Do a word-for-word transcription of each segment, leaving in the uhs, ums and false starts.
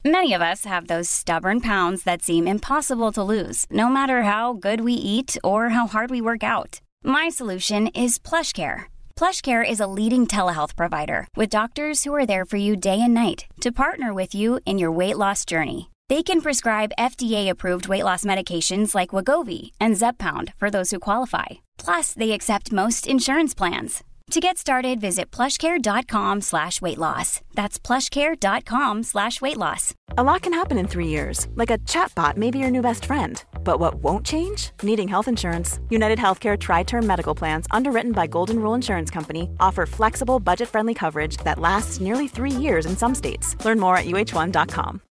Many of us have those stubborn pounds that seem impossible to lose, no matter how good we eat or how hard we work out. My solution is PlushCare. PlushCare is a leading telehealth provider with doctors who are there for you day and night to partner with you in your weight loss journey. They can prescribe F D A-approved weight loss medications like Wegovy and Zepbound for those who qualify. Plus, they accept most insurance plans. To get started, visit plushcare.com slash weight loss. That's plushcare.com slash weight loss. A lot can happen in three years, like a chatbot may be your new best friend. But what won't change? Needing health insurance. United Healthcare Tri-Term Medical Plans, underwritten by Golden Rule Insurance Company, offer flexible, budget-friendly coverage that lasts nearly three years in some states. Learn more at U H one dot com.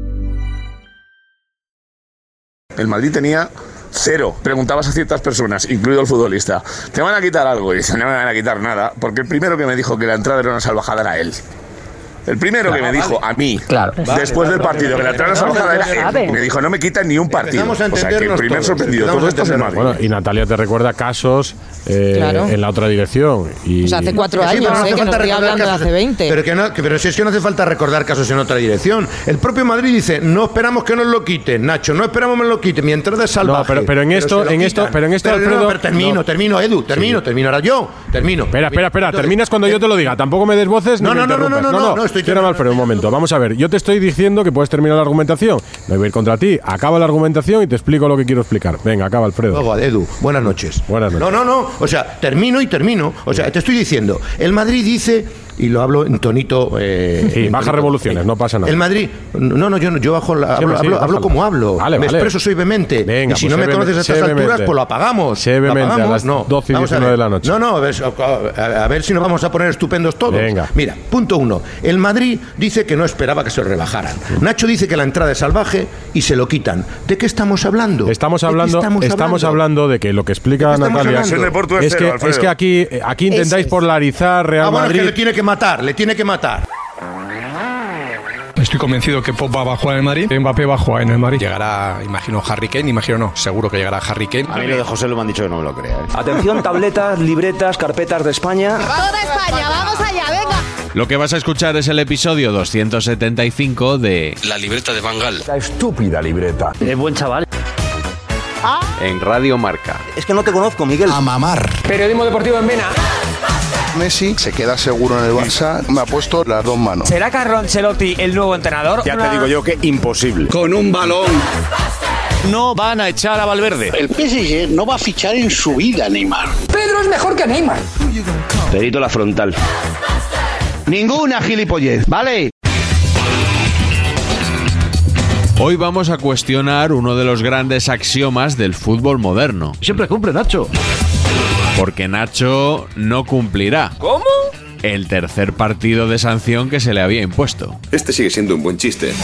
El Madrid tenía cero. Preguntabas a ciertas personas, incluido el futbolista, ¿te van a quitar algo? Y dice, no me van a quitar nada, porque el primero que me dijo que la entrada era una salvajada era él. El primero claro, que me dijo a mí, claro, después vale, del partido, vale, que la entrada salvajada era él, me dijo, no me quitan ni un partido. O sea, que el primer sorprendido, todo esto es el Madrid. Bueno, y Natalia te recuerda casos eh, claro. en la otra dirección. Y... O sea, hace cuatro años, sí, no eh, que nos estoy hablando casos, de hace veinte. Pero, que no, que, pero si es que no hace falta recordar casos en otra dirección. El propio Madrid dice, no esperamos que nos lo quiten, Nacho, no esperamos que nos lo quiten, mi entrada es salvaje. No, pero, pero en esto, pero en esto, pero en esto, pero, Alfredo... No, pero termino, no. termino, Edu, termino, sí. termino ahora yo, termino. Espera, espera, espera, terminas cuando yo te lo diga, tampoco me des voces ni no, me no, no, no, no, no, no, no, estoy terminando. Alfredo, un momento. Vamos a ver, yo te estoy diciendo que puedes terminar la argumentación. No voy a ir contra ti. Acaba la argumentación y te explico lo que quiero explicar. Venga, acaba, Alfredo. Luego, Edu, buenas noches. Buenas noches. No, no, no. O sea, termino y termino. O sea, te estoy diciendo, el Madrid dice, y lo hablo en tonito... Eh, sí, en baja tonito, revoluciones, eh, no pasa nada. El Madrid... No, no, yo, yo bajo la, hablo, sí, hablo, hablo como hablo. Vale, me vale. expreso, soy vehemente. Venga, y si pues no me conoces a estas alturas, vehemente. pues lo apagamos. Sé vehemente, lo apagamos, a las no. doce y diecinueve de la noche. No, no, a ver, a, a ver si nos vamos a poner estupendos todos. Venga. Mira, punto uno. El Madrid dice que no esperaba que se lo rebajaran. Nacho dice que la entrada es salvaje y se lo quitan. ¿De qué estamos hablando? Estamos hablando, estamos estamos hablando? hablando de que lo que explica Natalia es, es, que, es que aquí, aquí intentáis polarizar Real ah, bueno, Madrid. Es que le tiene que matar, le tiene que matar. Estoy convencido que Pop va a jugar en el Madrid, Mbappé va a jugar en el Madrid. Llegará, imagino, Harry Kane, imagino no, seguro que llegará Harry Kane. A mí lo de José lo me han dicho que no me lo crea. ¿eh? Atención, tabletas, libretas, carpetas de España. Toda España, vamos allá, venga. Lo que vas a escuchar es el episodio doscientos setenta y cinco de La libreta de Van Gaal. La estúpida libreta. Es buen chaval. ¿Ah? En Radio Marca. Es que no te conozco, Miguel. A mamar. Periodismo deportivo en Vena. Messi se queda seguro en el Barça, me ha puesto las dos manos. ¿Será Carlo Ancelotti el nuevo entrenador? Ya te digo yo que imposible. Con un balón. No van a echar a Valverde. El P S G no va a fichar en su vida a Neymar. Pedro es mejor que Neymar. Perito la frontal. Ninguna gilipollez, ¿vale? Hoy vamos a cuestionar uno de los grandes axiomas del fútbol moderno. Siempre cumple, Nacho. Porque Nacho no cumplirá. ¿Cómo? El tercer partido de sanción que se le había impuesto. Este sigue siendo un buen chiste.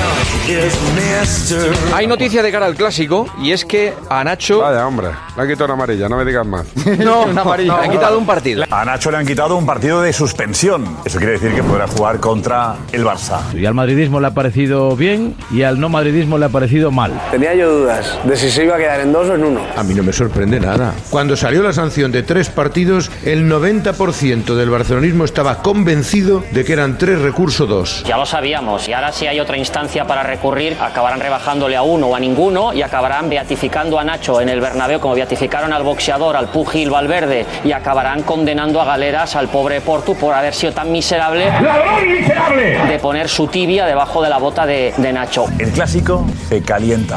Hay noticia de cara al clásico y es que a Nacho... Vaya, hombre, le han quitado una amarilla, no me digas más. No, una amarilla. Le han quitado un partido. A Nacho le han quitado un partido de suspensión. Eso quiere decir que podrá jugar contra el Barça. Y al madridismo le ha parecido bien y al no madridismo le ha parecido mal. Tenía yo dudas de si se iba a quedar en dos o en uno. A mí no me sorprende nada. Cuando salió la sanción de tres partidos, el noventa por ciento del barcelonismo estaba convencido de que eran tres recursos dos. Ya lo sabíamos, y ahora si hay otra instancia para recurrir, acabarán rebajándole a uno o a ninguno y acabarán beatificando a Nacho en el Bernabéu como beatificaron al boxeador, al púgil Valverde, y acabarán condenando a galeras al pobre Portu por haber sido tan miserable, ¡ladrón miserable!, de poner su tibia debajo de la bota de, de Nacho. El clásico se calienta.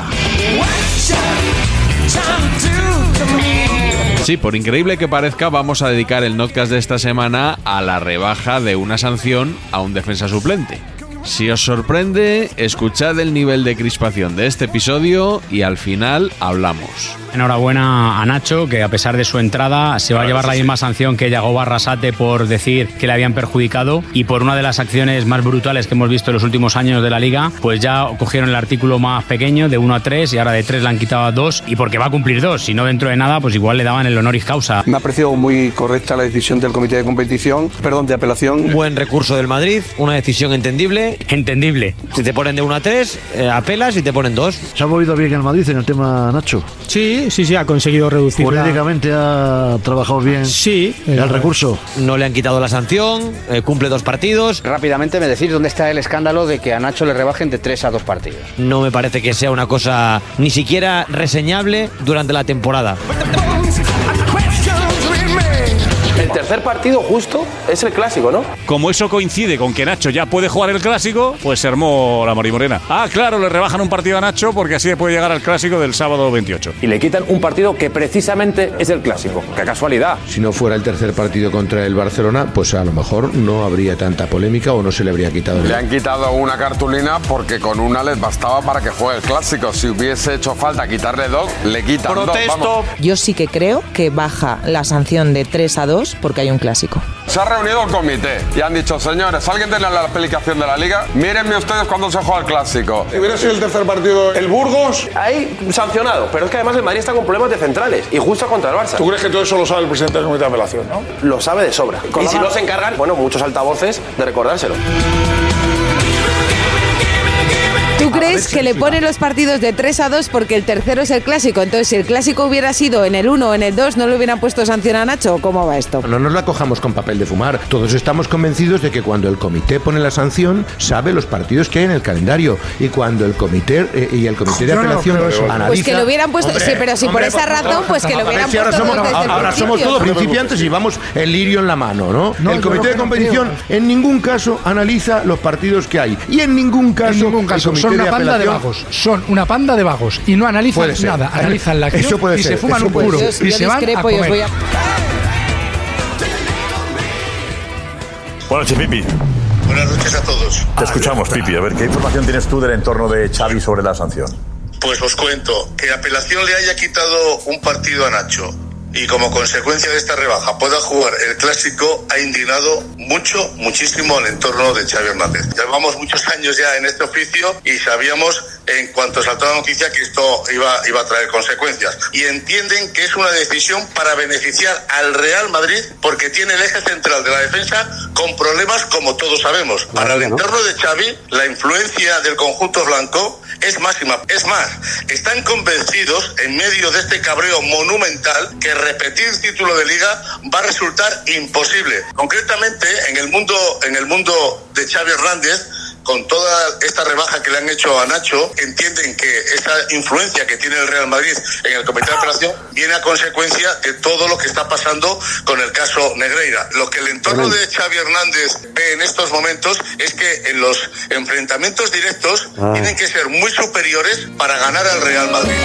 Sí, por increíble que parezca, vamos a dedicar el notcast de esta semana a la rebaja de una sanción a un defensa suplente. Si os sorprende, escuchad el nivel de crispación de este episodio y al final hablamos. Enhorabuena a Nacho, que a pesar de su entrada se va a llevar la misma sanción que Yago Arrasate por decir que le habían perjudicado, y por una de las acciones más brutales que hemos visto en los últimos años de la Liga, pues ya cogieron el artículo más pequeño de uno a tres y ahora de tres le han quitado a dos, y porque va a cumplir dos, si no dentro de nada pues igual le daban el honoris causa. Me ha parecido muy correcta la decisión del comité de competición, perdón, de apelación. Un buen recurso del Madrid, una decisión entendible Simeone. Entendible. Si te ponen de uno a tres, eh, apelas y te ponen dos. ¿Se ha movido bien el Madrid en el tema Nacho? Sí, sí, sí, ha conseguido reducir. Jurídicamente ha trabajado bien. Sí. El eh, recurso. No le han quitado la sanción, eh, cumple dos partidos. Rápidamente me decís dónde está el escándalo de que a Nacho le rebajen de tres a dos partidos. No me parece que sea una cosa ni siquiera reseñable durante la temporada. El tercer partido justo es el clásico, ¿no? Como eso coincide con que Nacho ya puede jugar el clásico, pues se armó la morimorena. Ah, claro, le rebajan un partido a Nacho porque así puede llegar al clásico del sábado veintiocho. Y le quitan un partido que precisamente es el clásico. ¡Qué casualidad! Si no fuera el tercer partido contra el Barcelona, pues a lo mejor no habría tanta polémica o no se le habría quitado. Le han quitado una cartulina porque con una les bastaba para que juegue el clásico. Si hubiese hecho falta quitarle dos, le quitan Protesto. dos. Vamos. Yo sí que creo que baja la sanción de tres a dos porque hay un clásico. Se ha reunido el comité y han dicho, señores, ¿alguien tiene la explicación de la Liga? Mírenme ustedes cuando se juega el clásico. Si hubiera sido el tercer partido el Burgos... Ahí sancionado, pero es que además el Madrid está con problemas de centrales y justo contra el Barça. ¿Tú crees que todo eso lo sabe el presidente del comité de apelación, no? Lo sabe de sobra. Y si no se encargan, bueno, muchos altavoces de recordárselo. ¿Tú crees que le pone los partidos de tres a dos porque el tercero es el clásico? Entonces, si el clásico hubiera sido en el uno o en el dos, ¿no le hubieran puesto sanción a Nacho? ¿Cómo va esto? No nos la cojamos con papel de fumar. Todos estamos convencidos de que cuando el comité pone la sanción, sabe los partidos que hay en el calendario. Y cuando el comité eh, y el comité de apelación no analiza... Pues que lo hubieran puesto... Hombre, sí, pero si hombre, por esa razón, pues que lo hubieran si puesto ahora somos, desde el ahora somos todos principiantes y vamos el lirio en la mano, ¿no? no el comité de competición en ningún caso analiza los partidos que hay. Y en ningún caso... En ningún caso. El comité son una de panda de vagos. Son una panda de vagos y no analizan nada, analizan la acción y ser, se fuman un puro y se van a comer. Voy a... Buenas noches, Pipi. Buenas noches a todos. Te escuchamos, Pipi. A ver, ¿qué información tienes tú del entorno de Xavi sobre la sanción? Pues os cuento que la apelación le haya quitado un partido a Nacho y como consecuencia de esta rebaja pueda jugar el clásico ha indignado mucho, muchísimo al entorno de Xavi Hernández. Llevamos muchos años ya en este oficio y sabíamos en cuanto saltó la noticia que esto iba, iba a traer consecuencias. Y entienden que es una decisión para beneficiar al Real Madrid porque tiene el eje central de la defensa con problemas como todos sabemos. Para el entorno de Xavi, la influencia del conjunto blanco es máxima. Es más, están convencidos en medio de este cabreo monumental que repetir título de Liga va a resultar imposible. Concretamente, en el mundo, en el mundo de Xavi Hernández, con toda esta rebaja que le han hecho a Nacho, entienden que esa influencia que tiene el Real Madrid en el comité de apelación viene a consecuencia de todo lo que está pasando con el caso Negreira. Lo que el entorno de Xavi Hernández ve en estos momentos es que en los enfrentamientos directos ah. tienen que ser muy superiores para ganar al Real Madrid.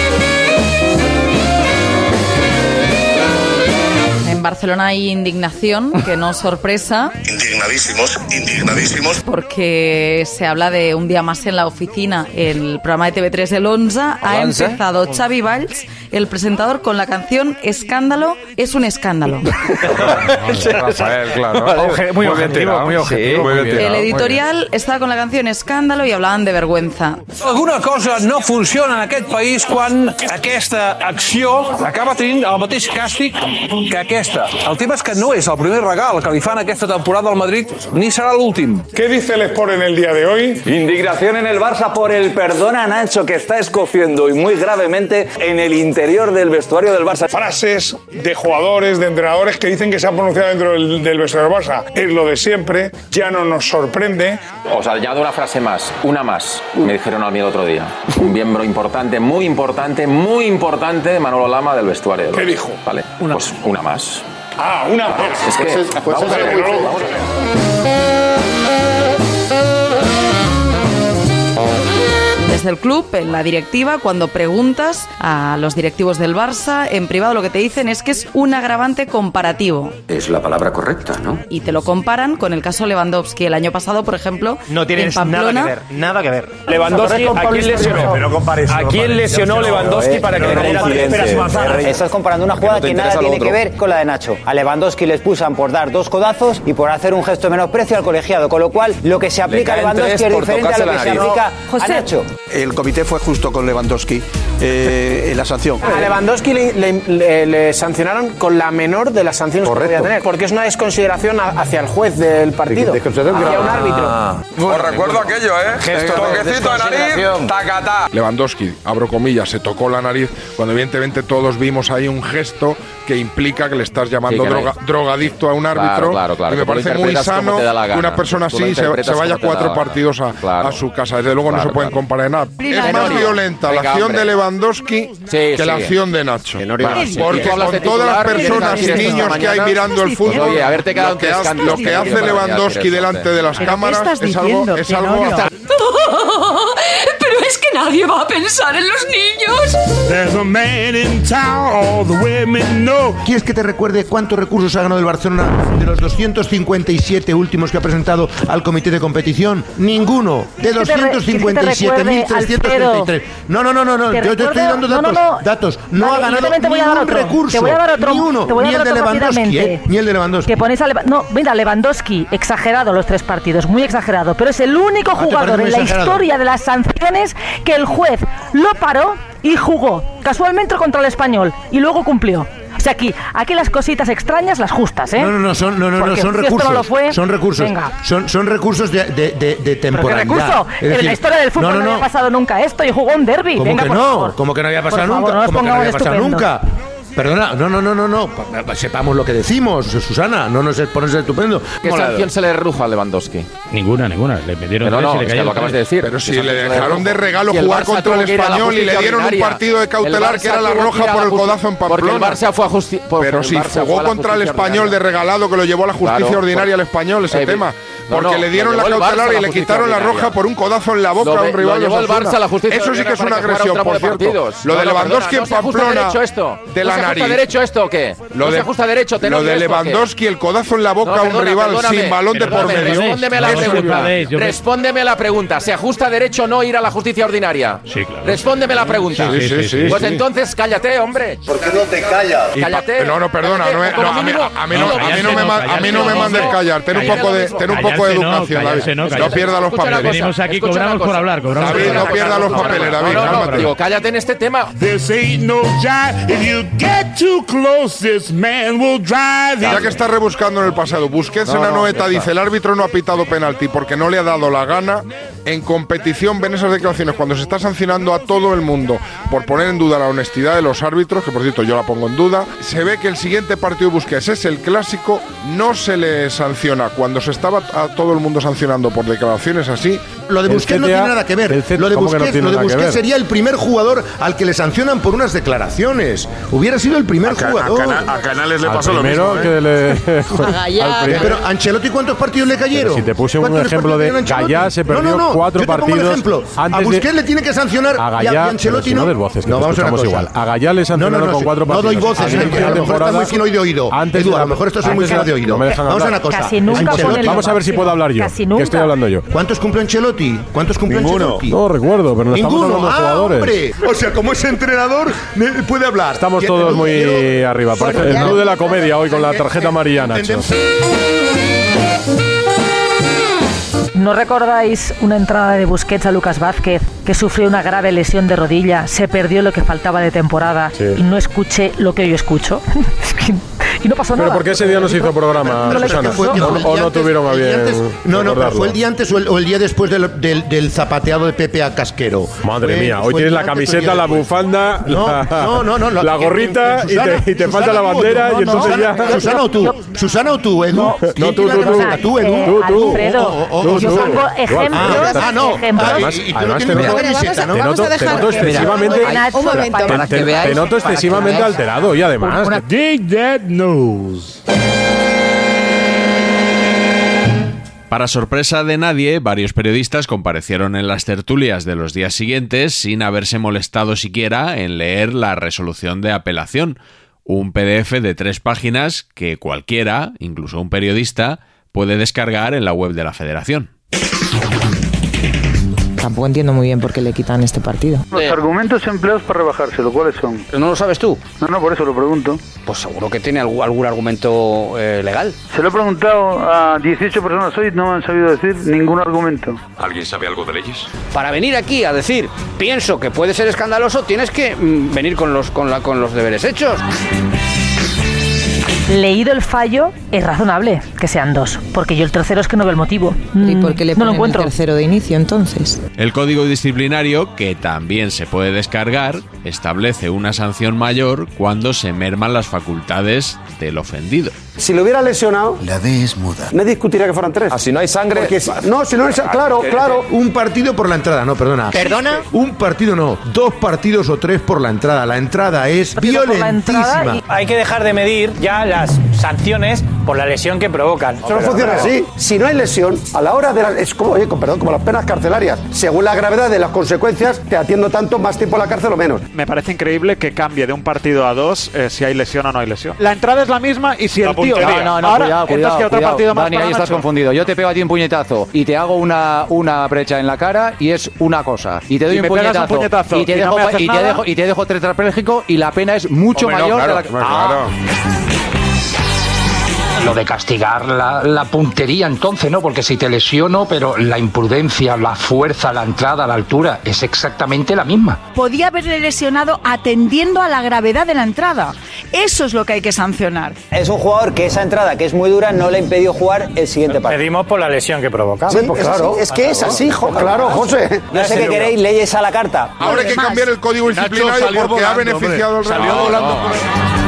En Barcelona hay indignación, que no sorpresa. Indignadísimos, indignadísimos. Porque se habla de un día más en la oficina. El programa de T V tres del once ha empezado Xavi Valls, el presentador, con la canción Escándalo es un escándalo. Rafael, claro. Muy objetivo, muy objetivo. Muy bien. El editorial estava con la canción Escándalo i hablaven de vergüenza. Alguna cosa no funciona en aquest país quan aquesta acció acaba tenint el mateix càstig que aquesta. El tema és que no és el primer regal que li fan aquesta temporada al Madrid, ni serà l'últim. ¿Qué dice el Sport en el día de hoy? Indignación en el Barça por el perdón a Nacho que está escociendo y muy gravemente en el interior del vestuario del Barça. Frases de jugadores, de entrenadores que dicen que se han pronunciado dentro del, del vestuario del Barça. Es lo de siempre, ya no nos sorprende. Os añado una frase más, una más, me dijeron a mí el otro día. Un miembro importante, muy importante, muy importante, Manolo Lama del vestuario. ¿Qué dijo? Vale, una. Pues una más. Ah, una más. Es que, pues es, pues vamos, a ver, no, vamos a ver. Desde el club, en la directiva, cuando preguntas a los directivos del Barça, en privado lo que te dicen es que es un agravante comparativo. Es la palabra correcta, ¿no? Y te lo comparan con el caso Lewandowski. El año pasado, por ejemplo, no tienes en Pamplona, nada que ver, nada que ver. Lewandowski, ¿a quién lesionó? Pero compares, ¿A quién lesionó Lewandowski no, para que le diera? Estás comparando una jugada que nada tiene que ver con la de Nacho. A Lewandowski le expulsan por dar dos codazos y por hacer un gesto de menosprecio al colegiado, con lo cual lo que se aplica a Lewandowski es diferente a lo que se aplica a Nacho. el comité fue justo con Lewandowski eh, en la sanción. A Lewandowski le, le, le, le sancionaron con la menor de las sanciones Correcto. que podía tener, porque es una desconsideración hacia el juez del partido, hacia un árbitro. Ah. Os recuerdo aquello, ¿eh? Gesto, toquecito de nariz, tacatá. Lewandowski, abro comillas, se tocó la nariz cuando evidentemente todos vimos ahí un gesto que implica que le estás llamando sí, droga, drogadicto a un árbitro. Claro, claro, claro, y me parece muy sano que una persona así se, se vaya cuatro partidos a, claro. a su casa. Desde luego claro, no se pueden claro. comparar nada. Es más violenta Venga, la acción hombre. de Lewandowski sí, que sí. la acción de Nacho. Porque con todas las personas y niños que hay mirando el fútbol, Oye, haberte quedado lo, que hace, lo que hace Lewandowski delante de las cámaras es algo... Es algo Pero es que nadie va a pensar en los niños. ¿Quieres que te recuerde cuántos recursos ha ganado el Barcelona de los doscientos cincuenta y siete últimos que ha presentado al comité de competición? Ninguno. De doscientos cincuenta y siete mil trescientos treinta y tres. No, no, no, no, no. Yo te estoy dando datos. No, no, no. Datos. No vale, ha ganado ningún recurso. Te voy a dar otro. Ni uno. Te voy a ni dar el de Lewandowski, ¿eh? Ni el de Lewandowski. Que ponéis a Leva- no, mira, Lewandowski, exagerado los tres partidos, muy exagerado, pero es el único jugador en la historia de las sanciones que el juez lo paró y jugó casualmente contra el Español y luego cumplió. O sea, aquí, aquí las cositas extrañas, las justas, ¿eh? No, no, no, son, no, no, no, son si recursos. No lo fue, son recursos. Venga. Son, son recursos de, de, de, de temporalidad. ¿Pero qué recurso? Es decir, en la historia del fútbol no, no, no. no había pasado nunca esto y jugó un derbi. ¿Cómo Venga, que por no? favor. ¿Cómo que no había pasado por nunca? Favor, no ¿Cómo que no había pasado estupendo. nunca? Perdona, no, no, no, no, no. Sepamos lo que decimos, Susana. No nos pones estupendo. ¿Qué sanción se le redujo a Lewandowski? Ninguna, ninguna. Le metieron pero tres no, y le es que lo acabas de decir. Pero si le dejaron de regalo jugar contra el Español y le dieron un partido de cautelar que era la roja por el codazo en Pamplona. Porque el Barça fue a justicia. Pero si jugó contra el Español de regalado que lo llevó a la justicia ordinaria al Español, ese tema. Porque le dieron la cautelar y le quitaron la roja por un codazo en la boca a un rival de Osasuna. Eso sí que es una agresión, por cierto. Lo de Lewandowski en Pamplona de la nariz. ¿No se ajusta derecho esto o qué? Lo de, ajusta derecho, lo de Lewandowski, el codazo en la boca no, perdona, a un rival perdóname, sin balón de por medio. Respóndeme a la pregunta. Respóndeme a la pregunta. ¿Se ajusta derecho o no ir a la justicia ordinaria? Sí, claro. Respóndeme la pregunta. Sí, sí, sí, pues sí. entonces cállate, hombre. ¿Por qué no te callas? Cállate. No, no, perdona. No, no, a mí no me mandes callar. Ten un poco de, ten un poco de educación, David. No pierdas los papeles. Venimos aquí, cobramos por hablar. David, no pierdas los papeles, David. Cálmate. Digo, cállate en este tema. Ya que está rebuscando en el pasado, Busquets no, en la no, noeta dice: el árbitro no ha pitado penalti porque no le ha dado la gana. En competición ven esas declaraciones cuando se está sancionando a todo el mundo por poner en duda la honestidad de los árbitros, que por cierto yo la pongo en duda. Se ve que el siguiente partido de Busquets es el clásico, no se le sanciona. Cuando se estaba a todo el mundo sancionando por declaraciones así. Lo de Busquets no tiene nada que ver. Lo de Busquets, no lo de Busquets sería el primer jugador al que le sancionan por unas declaraciones. Hubiera sido el primer a jugador. A, Cana, a Canales le al pasó lo mismo. Que ¿eh? le... Pero Ancelotti, ¿cuántos partidos le cayeron? Pero si te puse un ejemplo de Gallá se perdió no, no, no. cuatro Yo te partidos. Pongo un ejemplo. Antes a Busquets de... le tiene que sancionar a Gallá, y a Ancelotti no. No, voces, que no vamos a una cosa. Igual. A Gallá le sancionaron no, no, no, con cuatro no partidos. No doy voces, a lo mejor estás muy fino de oído. Antes Edu, a lo mejor estás muy fino de oído. Vamos a una cosa. Vamos a ver si puedo hablar yo. Que estoy hablando yo. ¿Cuántos cumple Ancelotti? ¿Cuántos cumple Ancelotti? No recuerdo, pero no estamos hablando de jugadores. O sea, como es entrenador, puede hablar. Estamos todos muy arriba. Parece el club de la comedia hoy con la tarjeta amarilla, Nacho. ¿No recordáis una entrada de Busquets a Lucas Vázquez que sufrió una grave lesión de rodilla, se perdió lo que faltaba de temporada sí. y no escuché lo que hoy escucho? Y no pasó nada. ¿Pero por qué ese día no se hizo programa, no, Susana? Fue, ¿O, o no tuvieron a bien antes, No, no, pero fue el día antes o el, o el día después del, del, del zapateado de Pepe a Casquero. Madre fue, mía, hoy tienes la camiseta, la bufanda, no, la, no, no, no, la, la gorrita en, en, en Susana, y te, y te Susana, falta la bandera no, y entonces Susana, ya... Susana o tú, Susana o tú, Edu. No, no tú, tú, tú. Tú, Edu. Tú, tú. Alfredo, yo pongo ejemplos. Ah, no. Además te noto excesivamente... Te noto excesivamente alterado y además... Dig that nose. Para sorpresa de nadie, varios periodistas comparecieron en las tertulias de los días siguientes sin haberse molestado siquiera en leer la resolución de apelación, un P D F de tres páginas que cualquiera, incluso un periodista, puede descargar en la web de la Federación. tampoco entiendo muy bien por qué le quitan este partido. Los argumentos empleados para rebajárselo, ¿cuáles son? ¿No lo sabes tú? No, no, por eso lo pregunto. Pues seguro que tiene algún, algún argumento eh, legal. Se lo he preguntado a dieciocho personas hoy, no me han sabido decir ningún argumento. ¿Alguien sabe algo de leyes? Para venir aquí a decir, pienso que puede ser escandaloso, tienes que mm, venir con los, con, la, con los deberes hechos. Leído el fallo, es razonable que sean dos, porque yo el tercero es que no veo el motivo. ¿Y por qué le no lo ponen encuentro? el tercero de inicio entonces? El código disciplinario, que también se puede descargar, establece una sanción mayor cuando se merman las facultades del ofendido. Si lo hubiera lesionado, La D es muda. me discutiría que fueran tres. Ah, si no hay sangre. Porque si- no, si no hay sangre, claro, claro. Un partido por la entrada, no, perdona. ¿Perdona? Un partido no, dos partidos o tres por la entrada. La entrada es Partido por la entrada violentísima. Hay que dejar de medir ya las sanciones por la lesión que provocan. Eso no funciona así. Si no hay lesión, a la hora de las... Es como, oye, con- perdón, como las penas carcelarias. Según la gravedad de las consecuencias, te atiendo tanto, más tiempo en la cárcel o menos. Me parece increíble que cambie de un partido a dos eh, si hay lesión o no hay lesión. La entrada es la misma y si el tío... No, no, no, Ahora, cuidado, entonces, cuidado, ¿qué otro cuidado. partido más Dani, para ahí estás Nacho? confundido. Yo te pego a ti un puñetazo y te hago una, una brecha en la cara y es una cosa. Y te doy Y un, me pegas puñetazo, un puñetazo y te y no dejo, me haces y te nada. dejo y te dejo tetrapléjico y la pena es mucho Hombre, no, mayor claro, de la que... hombre, claro. Lo de castigar la, la puntería entonces, ¿no? Porque si te lesiono, pero la imprudencia, la fuerza, la entrada, la altura, es exactamente la misma. Podía haberle lesionado atendiendo a la gravedad de la entrada. Eso es lo que hay que sancionar. Es un jugador que esa entrada, que es muy dura, no le ha impedido jugar el siguiente partido. Pedimos por la lesión que provoca. Sí, pues claro. Es que es así, jo- claro, José. Yo sé que queréis leyes a la carta. Ahora hay que cambiar el código disciplinario salió porque ha volando, beneficiado al hombre. Real Salió Madrid. volando.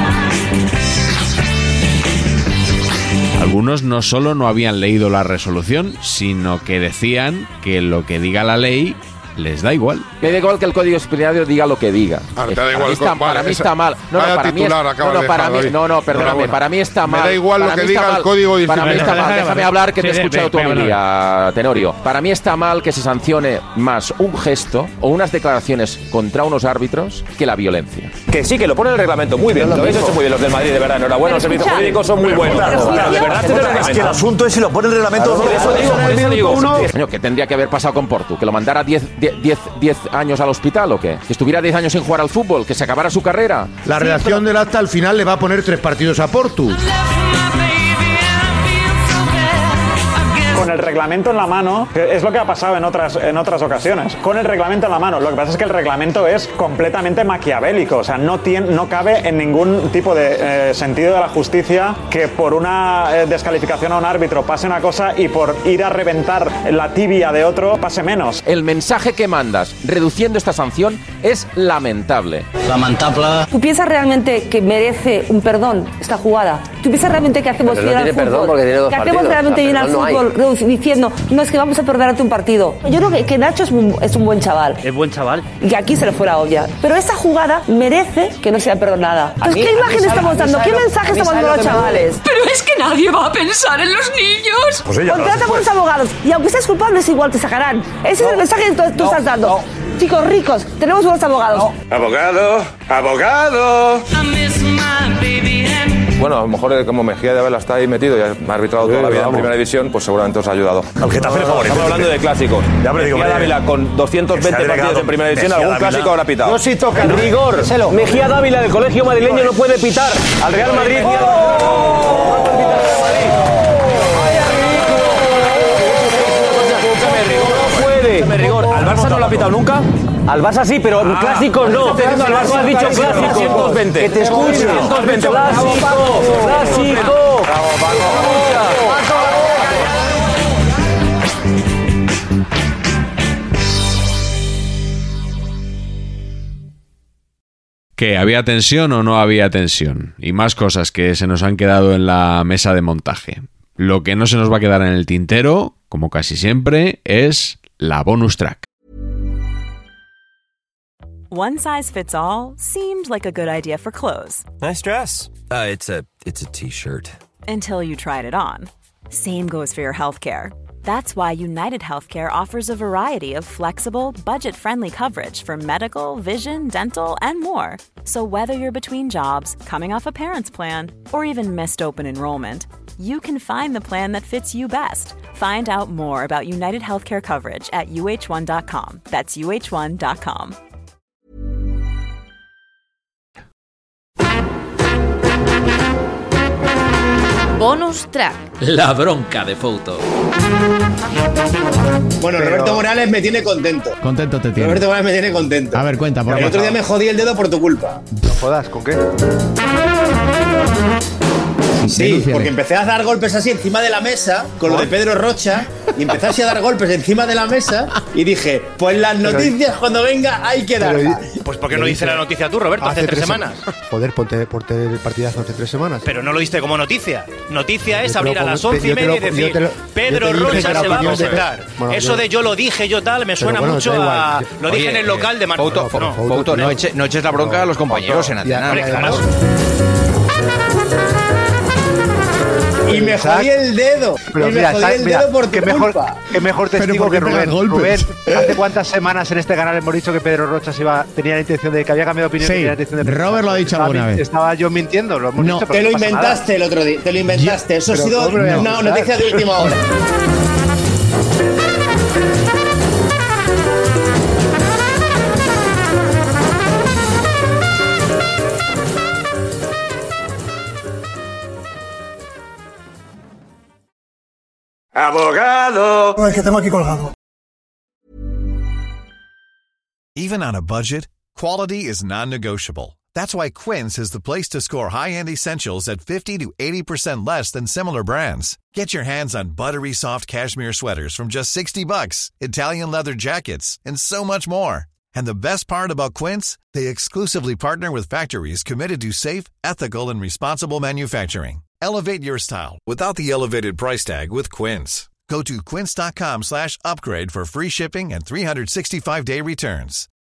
Algunos no solo no habían leído la resolución, sino que decían que lo que diga la ley les da igual. Me da igual que el código disciplinario diga lo que diga. Ah, te da para igual, mí está, vale, para mí esa- está mal. No, no, vaya para mí, es, titular no, acabas no, de para dejar, mí, David. no, no, perdóname, Enhorabuena. para mí está Me mal. da igual lo para que mí diga está el mal. código Para mí disciplinario. está mal. Déjame Déjame hablar. hablar que te he Sí, escuchado ve- tu ve- ve- homilía, Tenorio. Para mí está mal que se sancione más un gesto o unas declaraciones contra unos árbitros que la violencia. Que sí, que lo pone el reglamento. Muy bien, lo habéis hecho muy bien los del Madrid, de verdad. Enhorabuena, los servicios jurídicos son muy buenos. De verdad, Es que el asunto es si lo pone el reglamento. Por eso digo, por eso digo. Coño, ¿qué tendría que haber pasado con Portu? ¿Que lo mandara diez años al hospital o qué? ¿Que estuviera diez años sin jugar al fútbol? ¿Que se acabara su carrera? La redacción del acta al final le va a poner tres partidos a Portu. Con el reglamento en la mano, que es lo que ha pasado en otras, en otras ocasiones. Con el reglamento en la mano. Lo que pasa es que el reglamento es completamente maquiavélico. O sea, no, tiene, no cabe en ningún tipo de eh, sentido de la justicia que por una eh, descalificación a un árbitro pase una cosa y por ir a reventar la tibia de otro pase menos. El mensaje que mandas reduciendo esta sanción es lamentable. Lamentable. ¿Tú piensas realmente que merece un perdón esta jugada? ¿Tú piensas realmente que hacemos Pero no bien al tiene fútbol? perdón porque tiene dos que hacemos partidos. realmente O sea, bien al perdón no hay. fútbol reduci- diciendo, no, es que vamos a perdonarte un partido. Yo creo que, que Nacho es un, es un buen chaval. Es buen chaval. Y aquí se le fue la olla. Pero esta jugada merece que no sea perdonada. Entonces, mí- ¿qué a mí imagen sabe- estamos a mí dando? sabe ¿Qué lo- mensaje a mí estamos sabe dando a lo los que me duele. chavales? Pero es que nadie va a pensar en los niños. Pues ella, Contrata buenos abogados y aunque seas culpable, es igual, te sacarán. Ese es el mensaje que tú, tú estás dando. Chicos ricos, tenemos buenos abogados. Abogado, abogado. Bueno, a lo mejor eh, como Mejía de Ávila está ahí metido y ha arbitrado toda la vida en primera división, pues seguramente os ha ayudado. Al Getafe le favorece. Estamos hablando de clásicos. Ya, pero digo, Mejía de hombre, Ávila con doscientos que se veinte ha partidos delegado en primera división, Mejía algún de Ávila. clásico habrá pitado. No, sí toca. Rigor. Mejía Dávila del Colegio Madrileño no puede pitar al Real Madrid ni al Rigor. ¿Al Barça no lo ha pitado nunca? Al Barça sí, pero Ah, clásicos no. Al Barça has dicho clásicos. doscientos veinte. Que te escuche. doscientos veinte. Clásico, clásico. ¿Que había tensión o no había tensión? Y más cosas que se nos han quedado en la mesa de montaje. Lo que no se nos va a quedar en el tintero, como casi siempre, es la bonus track. One size fits all seemed like a good idea for clothes. Nice dress. Uh, it's a it's a t-shirt. Until you tried it on. Same goes for your healthcare. That's why United Healthcare offers a variety of flexible, budget-friendly coverage for medical, vision, dental, and more. So whether you're between jobs, coming off a parent's plan, or even missed open enrollment, you can find the plan that fits you best. Find out more about United Healthcare coverage at U H one dot com. That's U H one dot com. Bonus track. La bronca de Fouto. Bueno, Pero... Roberto Morales me tiene contento. Contento te tiene. Roberto Morales me tiene contento. A ver, cuenta, por El qué. otro día me jodí el dedo por tu culpa. No jodas, ¿con qué? Sí, Denúnciale. Porque empecé a dar golpes así encima de la mesa con lo de Pedro Rocha y empecé así a dar golpes encima de la mesa y dije, pues las noticias pero, cuando venga hay que darlas. Pues ¿por qué no dice la noticia tú, Roberto, hace, hace tres, tres semanas? Joder, ponte, ponte el partidazo hace tres semanas. Pero no lo diste como noticia. Noticia es abrir a las once y media y decir, lo, Pedro Rocha se va a presentar. Bueno, Eso yo, de yo lo dije, yo tal, me suena bueno, mucho a... Lo Oye, dije en el local de Marco. Fouto, no, Fouto, no, eche, no eches la bronca no, a los compañeros en Atenas. Y me jodí el dedo. Pero y mira, me jodí el mira, dedo por tu que mejor, culpa. que mejor testigo que Rubén. Rubén, ¿hace cuántas semanas en este canal hemos dicho que Pedro Rocha se iba, tenía la intención de que había cambiado de opinión? Sí, tenía la intención de Robert lo ha dicho estaba, alguna vez. Estaba yo mintiendo, lo hemos no, dicho, te lo inventaste nada. El otro día, te lo inventaste. Eso pero, ha sido hombre, una no, noticia de última hora. Abogado. No, es que tengo aquí colgado. Even on a budget, quality is non-negotiable. That's why Quince is the place to score high-end essentials at fifty to eighty percent less than similar brands. Get your hands on buttery soft cashmere sweaters from just sixty bucks, Italian leather jackets, and so much more. And the best part about Quince, they exclusively partner with factories committed to safe, ethical, and responsible manufacturing. Elevate your style without the elevated price tag with Quince. Go to quince.com slash upgrade for free shipping and three sixty-five day returns.